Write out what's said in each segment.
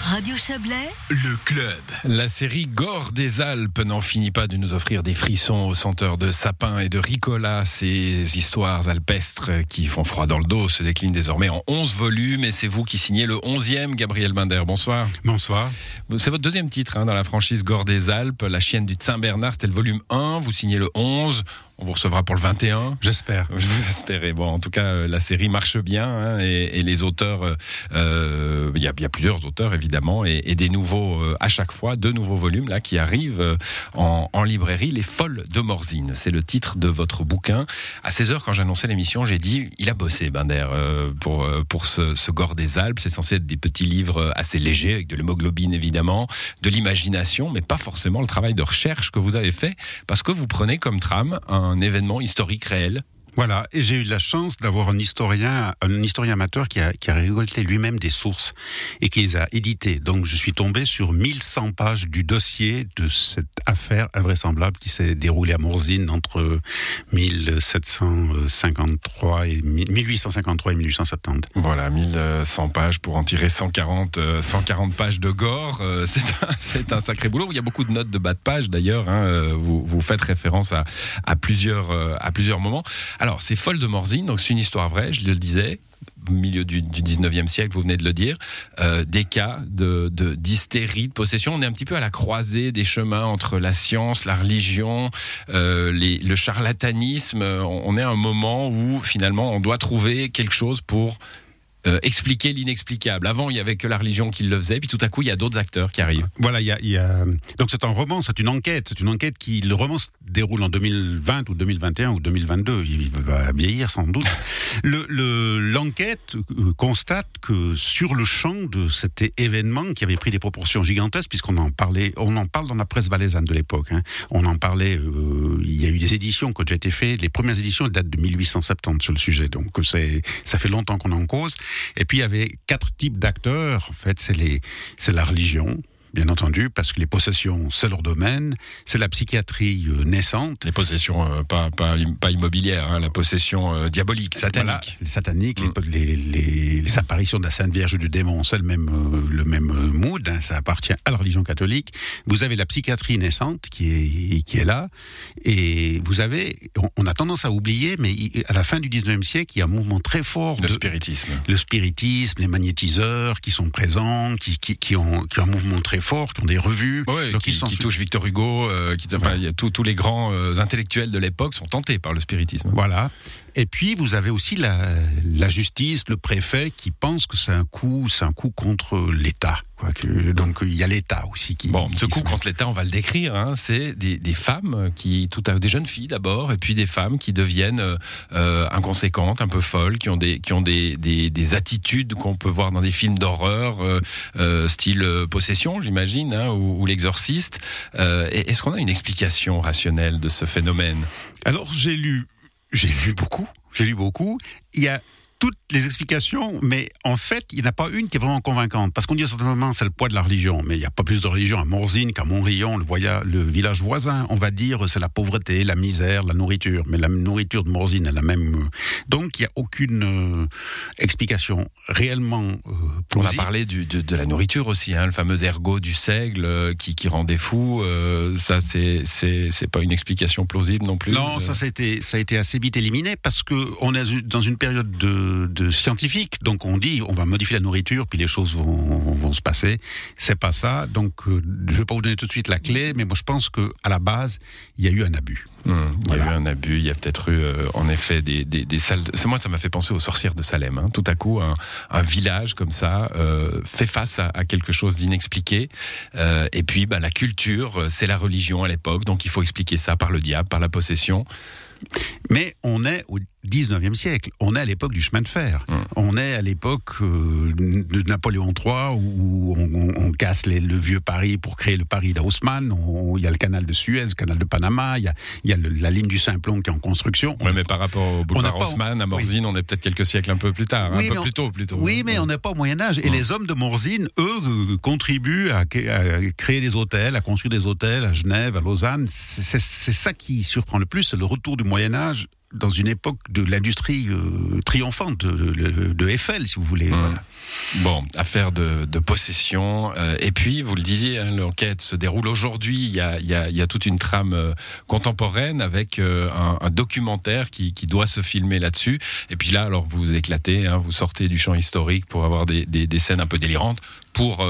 Radio Chablais, le club. La série Gore des Alpes n'en finit pas de nous offrir des frissons aux senteurs de sapin et de ricola. Ces histoires alpestres qui font froid dans le dos se déclinent désormais en 11 volumes et c'est vous qui signez le 11e, Gabriel Binder. Bonsoir. Bonsoir. C'est votre deuxième titre dans la franchise Gore des Alpes. La chienne du Saint-Bernard, c'était le volume 1. Vous signez le 11. On vous recevra pour le 21. J'espère. Je vous espérais. Bon, en tout cas, la série marche bien et les auteurs, il y a plusieurs auteurs évidemment et des nouveaux à chaque fois, 2 nouveaux volumes là qui arrivent en librairie. Les Folles de Morzine, c'est le titre de votre bouquin. À 16h, quand j'annonçais l'émission, j'ai dit il a bossé Binder pour ce Gore des Alpes. C'est censé être des petits livres assez légers avec de l'hémoglobine évidemment, de l'imagination, mais pas forcément le travail de recherche que vous avez fait parce que vous prenez comme trame un événement historique réel. Voilà, et j'ai eu la chance d'avoir un historien amateur qui a récolté lui-même des sources et qui les a éditées. Donc je suis tombé sur 1100 pages du dossier de cette affaire invraisemblable qui s'est déroulée à Morzine entre 1853 et 1870. Voilà, 1100 pages pour en tirer 140 pages de gore. C'est un sacré boulot. Il y a beaucoup de notes de bas de page d'ailleurs. Vous faites référence à plusieurs moments. Alors, c'est Folles de Morzine, donc c'est une histoire vraie, je le disais, au milieu du 19e siècle, vous venez de le dire, des cas d'hystérie, de possession. On est un petit peu à la croisée des chemins entre la science, la religion, le charlatanisme. On est à un moment où, finalement, on doit trouver quelque chose pour expliquer l'inexplicable. Avant, il n'y avait que la religion qui le faisait, puis tout à coup, il y a d'autres acteurs qui arrivent. Voilà, donc c'est un roman, c'est une enquête le roman se déroule en 2020 ou 2021 ou 2022, il va vieillir sans doute. L'enquête constate que sur le champ de cet événement qui avait pris des proportions gigantesques, puisqu'on en parle dans la presse valaisanne de l'époque, on en parlait, il y a eu des éditions qui ont déjà été faites, les premières éditions datent de 1870 sur le sujet, donc ça fait longtemps qu'on en cause. Et puis il y avait 4 types d'acteurs. En fait, c'est la religion, bien entendu, parce que les possessions, c'est leur domaine. C'est la psychiatrie naissante. Les possessions pas immobilières, la possession diabolique, satanique. Voilà, les sataniques, les apparitions de la Sainte Vierge du démon, c'est le même mood. Ça appartient à la religion catholique. Vous avez la psychiatrie naissante qui est là, et vous avez, on a tendance à oublier, mais à la fin du 19e siècle, il y a un mouvement très fort le spiritisme, les magnétiseurs qui sont présents, qui ont un mouvement très fort, qui ont des revues, qui touchent Victor Hugo, tous les grands intellectuels de l'époque sont tentés par le spiritisme. Voilà. Et puis vous avez aussi la justice, le préfet qui pense que c'est un coup contre l'État. Donc il y a l'État aussi qui. Bon, ce coup contre l'État, on va le décrire. C'est des femmes des jeunes filles d'abord, et puis des femmes qui deviennent inconséquentes, un peu folles, qui ont des attitudes qu'on peut voir dans des films d'horreur, style Possession, j'imagine, ou L'Exorciste. Est-ce qu'on a une explication rationnelle de ce phénomène ? Alors j'ai lu beaucoup. Il y a toutes les explications, mais en fait, il n'y en a pas une qui est vraiment convaincante. Parce qu'on dit à certains moments, c'est le poids de la religion, mais il n'y a pas plus de religion à Morzine qu'à Montrion, le village voisin. On va dire, c'est la pauvreté, la misère, la nourriture. Mais la nourriture de Morzine est la même. Donc, il n'y a aucune explication réellement plausible. On a parlé de la nourriture aussi, le fameux ergot du seigle qui rendait fou. Ça, c'est pas une explication plausible non plus. Non, ça a été assez vite éliminé parce que on est dans une période de scientifique, donc on dit on va modifier la nourriture puis les choses vont se passer. C'est pas ça, donc je vais pas vous donner tout de suite la clé, mais moi je pense que à la base il y a eu un abus. Il y a eu un abus, il y a peut-être eu en effet des salles. Moi, ça m'a fait penser aux sorcières de Salem. Tout à coup, un village comme ça fait face à quelque chose d'inexpliqué. Et puis, la culture, c'est la religion à l'époque, donc il faut expliquer ça par le diable, par la possession. Mais on est au 19e siècle, on est à l'époque du chemin de fer, on est à l'époque de Napoléon III où on casse le vieux Paris pour créer le Paris d'Haussmann, il y a le canal de Suez, le canal de Panama, il y a la ligne du Simplon qui est en construction. Oui, mais par rapport au boulevard Haussmann, à Morzine, on est peut-être quelques siècles un peu plus tard, un peu plus tôt plutôt. Oui, mais on n'est pas au Moyen-Âge, et les hommes de Morzine, eux, contribuent à créer des hôtels, à construire des hôtels à Genève, à Lausanne. C'est ça qui surprend le plus, c'est le retour du Moyen-Âge dans une époque de l'industrie triomphante de Eiffel, si vous voulez. Voilà. Bon, affaire de possession. Et puis, vous le disiez, hein, l'enquête se déroule aujourd'hui. Il y a toute une trame contemporaine avec un documentaire qui doit se filmer là-dessus. Et puis là, alors vous éclatez, hein, vous sortez du champ historique pour avoir des scènes un peu délirantes pour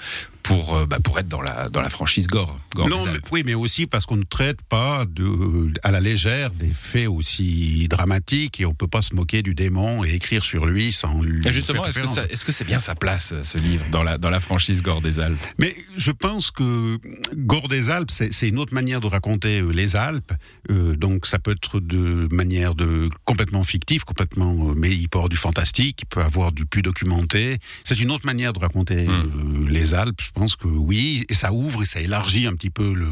être dans la franchise Gore non, oui, mais aussi parce qu'on ne traite pas à la légère des faits aussi dramatiques et on peut pas se moquer du démon et écrire sur lui sans lui. Et justement, est-ce que c'est bien sa place, ce livre, dans la franchise Gore des Alpes? Mais je pense que Gore des Alpes, c'est une autre manière de raconter les Alpes. Donc ça peut être de manière complètement fictive, mais il peut avoir du fantastique, il peut avoir du plus documenté. C'est une autre manière de raconter les Alpes. Je pense que oui, et ça ouvre et ça élargit un petit peu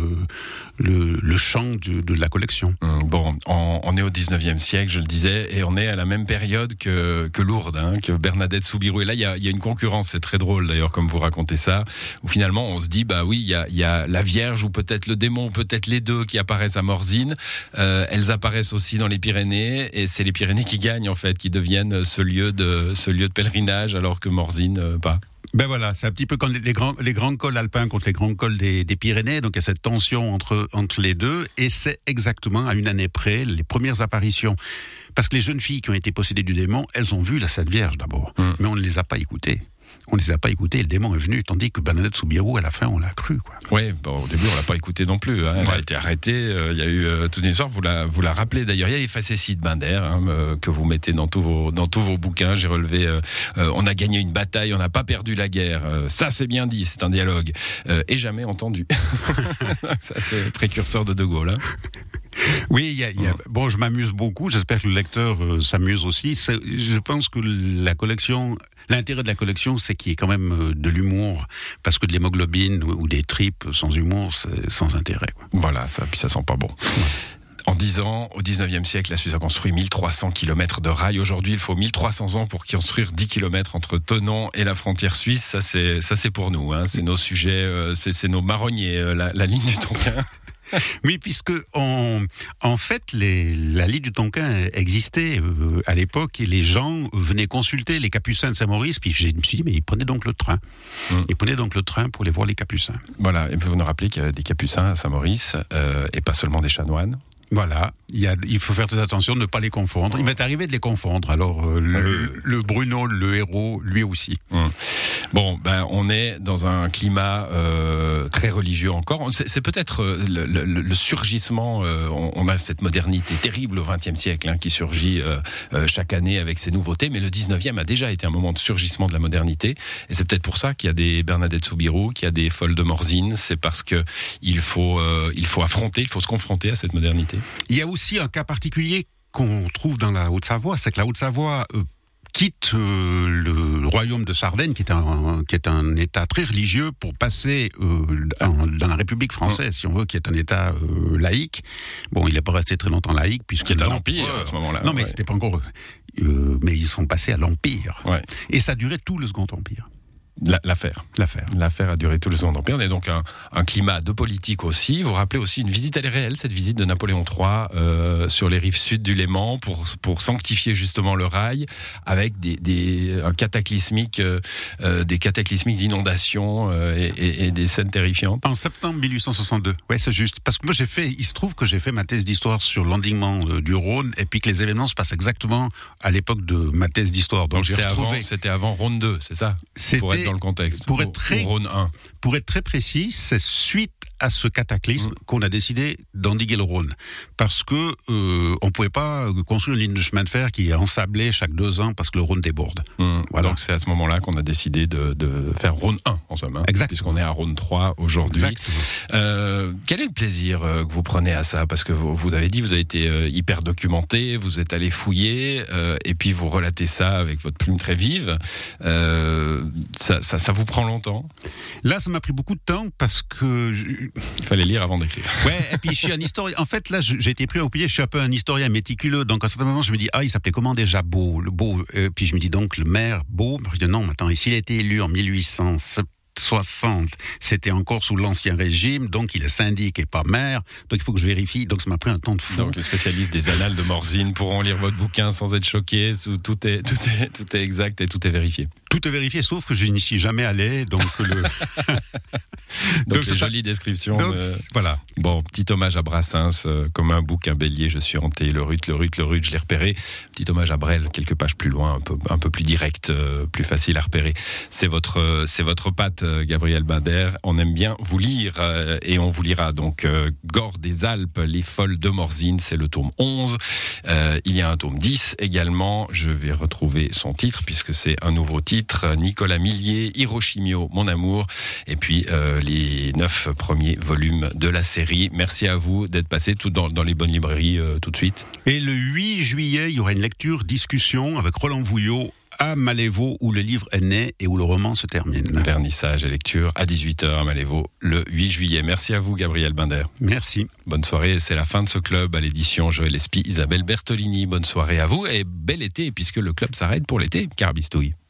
le champ de la collection. Bon, on est au 19e siècle, je le disais, et on est à la même période que Lourdes, hein, que Bernadette Soubirous. Et là, il y a une concurrence, c'est très drôle d'ailleurs, comme vous racontez ça, où finalement on se dit, bah oui, il y a la Vierge ou peut-être le démon, peut-être les deux qui apparaissent à Morzine. Elles apparaissent aussi dans les Pyrénées, et c'est les Pyrénées qui gagnent en fait, qui deviennent ce lieu de pèlerinage, alors que Morzine, pas. Ben voilà, c'est un petit peu comme les grands cols alpins contre les grands cols des Pyrénées, donc il y a cette tension entre les deux, et c'est exactement à une année près les premières apparitions. Parce que les jeunes filles qui ont été possédées du démon, elles ont vu la Sainte Vierge d'abord, mais on ne les a pas écoutées. On ne les a pas écoutés, le démon est venu, tandis que Bernadette Soubirous, à la fin, on l'a cru. Oui, bon, au début, on l'a pas écouté non plus. Hein. Elle a été arrêtée, il y a eu toute une histoire, vous la rappelez d'ailleurs. Il y a les facéties de Binder, que vous mettez dans tous vos bouquins. J'ai relevé, on a gagné une bataille, on n'a pas perdu la guerre. Ça, c'est bien dit, c'est un dialogue. Et jamais entendu. Ça, c'est précurseur de Gaulle. Hein. Oui, bon, je m'amuse beaucoup. J'espère que le lecteur s'amuse aussi. Je pense que l'intérêt de la collection, c'est qu'il y ait quand même de l'humour, parce que de l'hémoglobine ou des tripes sans humour, c'est sans intérêt. Voilà, puis ça sent pas bon. En 10 ans, au 19e siècle, la Suisse a construit 1300 km de rails. Aujourd'hui, il faut 1300 ans pour construire 10 km entre Thonon et la frontière suisse. Ça, c'est pour nous. Hein. C'est nos sujets, c'est nos marronniers, la ligne du Tonkin. Oui, puisque en fait, la ligne du Tonkin existait à l'époque et les gens venaient consulter les Capucins de Saint-Maurice. Puis je me suis dit, mais ils prenaient donc le train. Ils prenaient donc le train pour aller voir les Capucins. Voilà, et vous nous rappelez qu'il y avait des Capucins à Saint-Maurice et pas seulement des chanoines. Voilà, il faut faire très attention de ne pas les confondre. Il m'est arrivé de les confondre. Alors le Bruno, le héros, lui aussi. Bon, on est dans un climat très religieux encore. C'est peut-être le surgissement. On a cette modernité terrible au XXe siècle qui surgit chaque année avec ses nouveautés. Mais le 19e a déjà été un moment de surgissement de la modernité. Et c'est peut-être pour ça qu'il y a des Bernadette Soubirous, qu'il y a des Folles de Morzine. C'est parce que il faut se confronter à cette modernité. Il y a aussi un cas particulier qu'on trouve dans la Haute-Savoie, c'est que la Haute-Savoie quitte le royaume de Sardaigne, qui est un État très religieux, pour passer dans la République française, si on veut, qui est un État laïque. Bon, il n'est pas resté très longtemps laïque, puisque est un empire à ce moment-là. Non, mais c'était pas encore. Mais ils sont passés à l'Empire, et ça a duré tout le Second Empire. L'affaire a duré tout le Second Empire. On est donc un climat de politique aussi. Vous rappelez aussi une visite, elle est réelle, cette visite de Napoléon III sur les rives sud du Léman pour sanctifier justement le rail avec des cataclysmiques d'inondations et des scènes terrifiantes. En septembre 1862. Ouais, c'est juste. Parce que moi il se trouve que j'ai fait ma thèse d'histoire sur l'endiguement du Rhône et puis que les événements se passent exactement à l'époque de ma thèse d'histoire. Donc c'était avant Rhône 2, c'est ça? Pour être dans le contexte. Pour être très précis, c'est suite à ce cataclysme qu'on a décidé d'endiguer le Rhône. Parce que on pouvait pas construire une ligne de chemin de fer qui est ensablée chaque 2 ans parce que le Rhône déborde. Voilà. Donc c'est à ce moment-là qu'on a décidé de faire Rhône 1 en somme. Puisqu'on est à Rhône 3 aujourd'hui. Quel est le plaisir que vous prenez à ça? Parce que vous avez dit, vous avez été hyper documenté, vous êtes allé fouiller, et puis vous relatez ça avec votre plume très vive. Ça vous prend longtemps? Là, ça m'a pris beaucoup de temps parce que il fallait lire avant d'écrire. Ouais, et puis je suis un historien. En fait, là, j'ai été pris au pied. Je suis un peu un historien méticuleux. Donc, à un certain moment, je me dis, il s'appelait comment déjà Beau, le Beau. Puis je me dis donc le maire Beau. Je dis non, attends, s'il a été élu en 1870, 60, c'était encore sous l'Ancien Régime, donc il est syndic et pas maire, donc il faut que je vérifie, donc ça m'a pris un temps de fou. Donc les spécialistes des annales de Morzine pourront lire votre bouquin sans être choqués, tout est exact et tout est vérifié. Tout est vérifié, sauf que je n'y suis jamais allé, donc donc c'est jolie description. Voilà. Bon, petit hommage à Brassens, comme un bouc, un bélier, je suis hanté, le rut, je l'ai repéré. Petit hommage à Brel, quelques pages plus loin, un peu plus direct, plus facile à repérer. C'est votre patte, Gabriel Binder. On aime bien vous lire et on vous lira donc Gore des Alpes, les folles de Morzine, c'est le tome 11. Il y a un tome 10 également. Je vais retrouver son titre puisque c'est un nouveau titre. Nicolas Millier, Hiroshimio, mon amour. Et puis les 9 premiers volumes de la série. Merci à vous d'être passé tout dans les bonnes librairies tout de suite. Et le 8 juillet, il y aura une lecture-discussion avec Roland Vouillot à Malévo, où le livre est né et où le roman se termine. Vernissage et lecture à 18h à Malévo le 8 juillet. Merci à vous, Gabriel Binder. Merci. Bonne soirée, c'est la fin de ce club à l'édition Joël Espy, Isabelle Bertolini. Bonne soirée à vous et bel été, puisque le club s'arrête pour l'été, Carabistouille.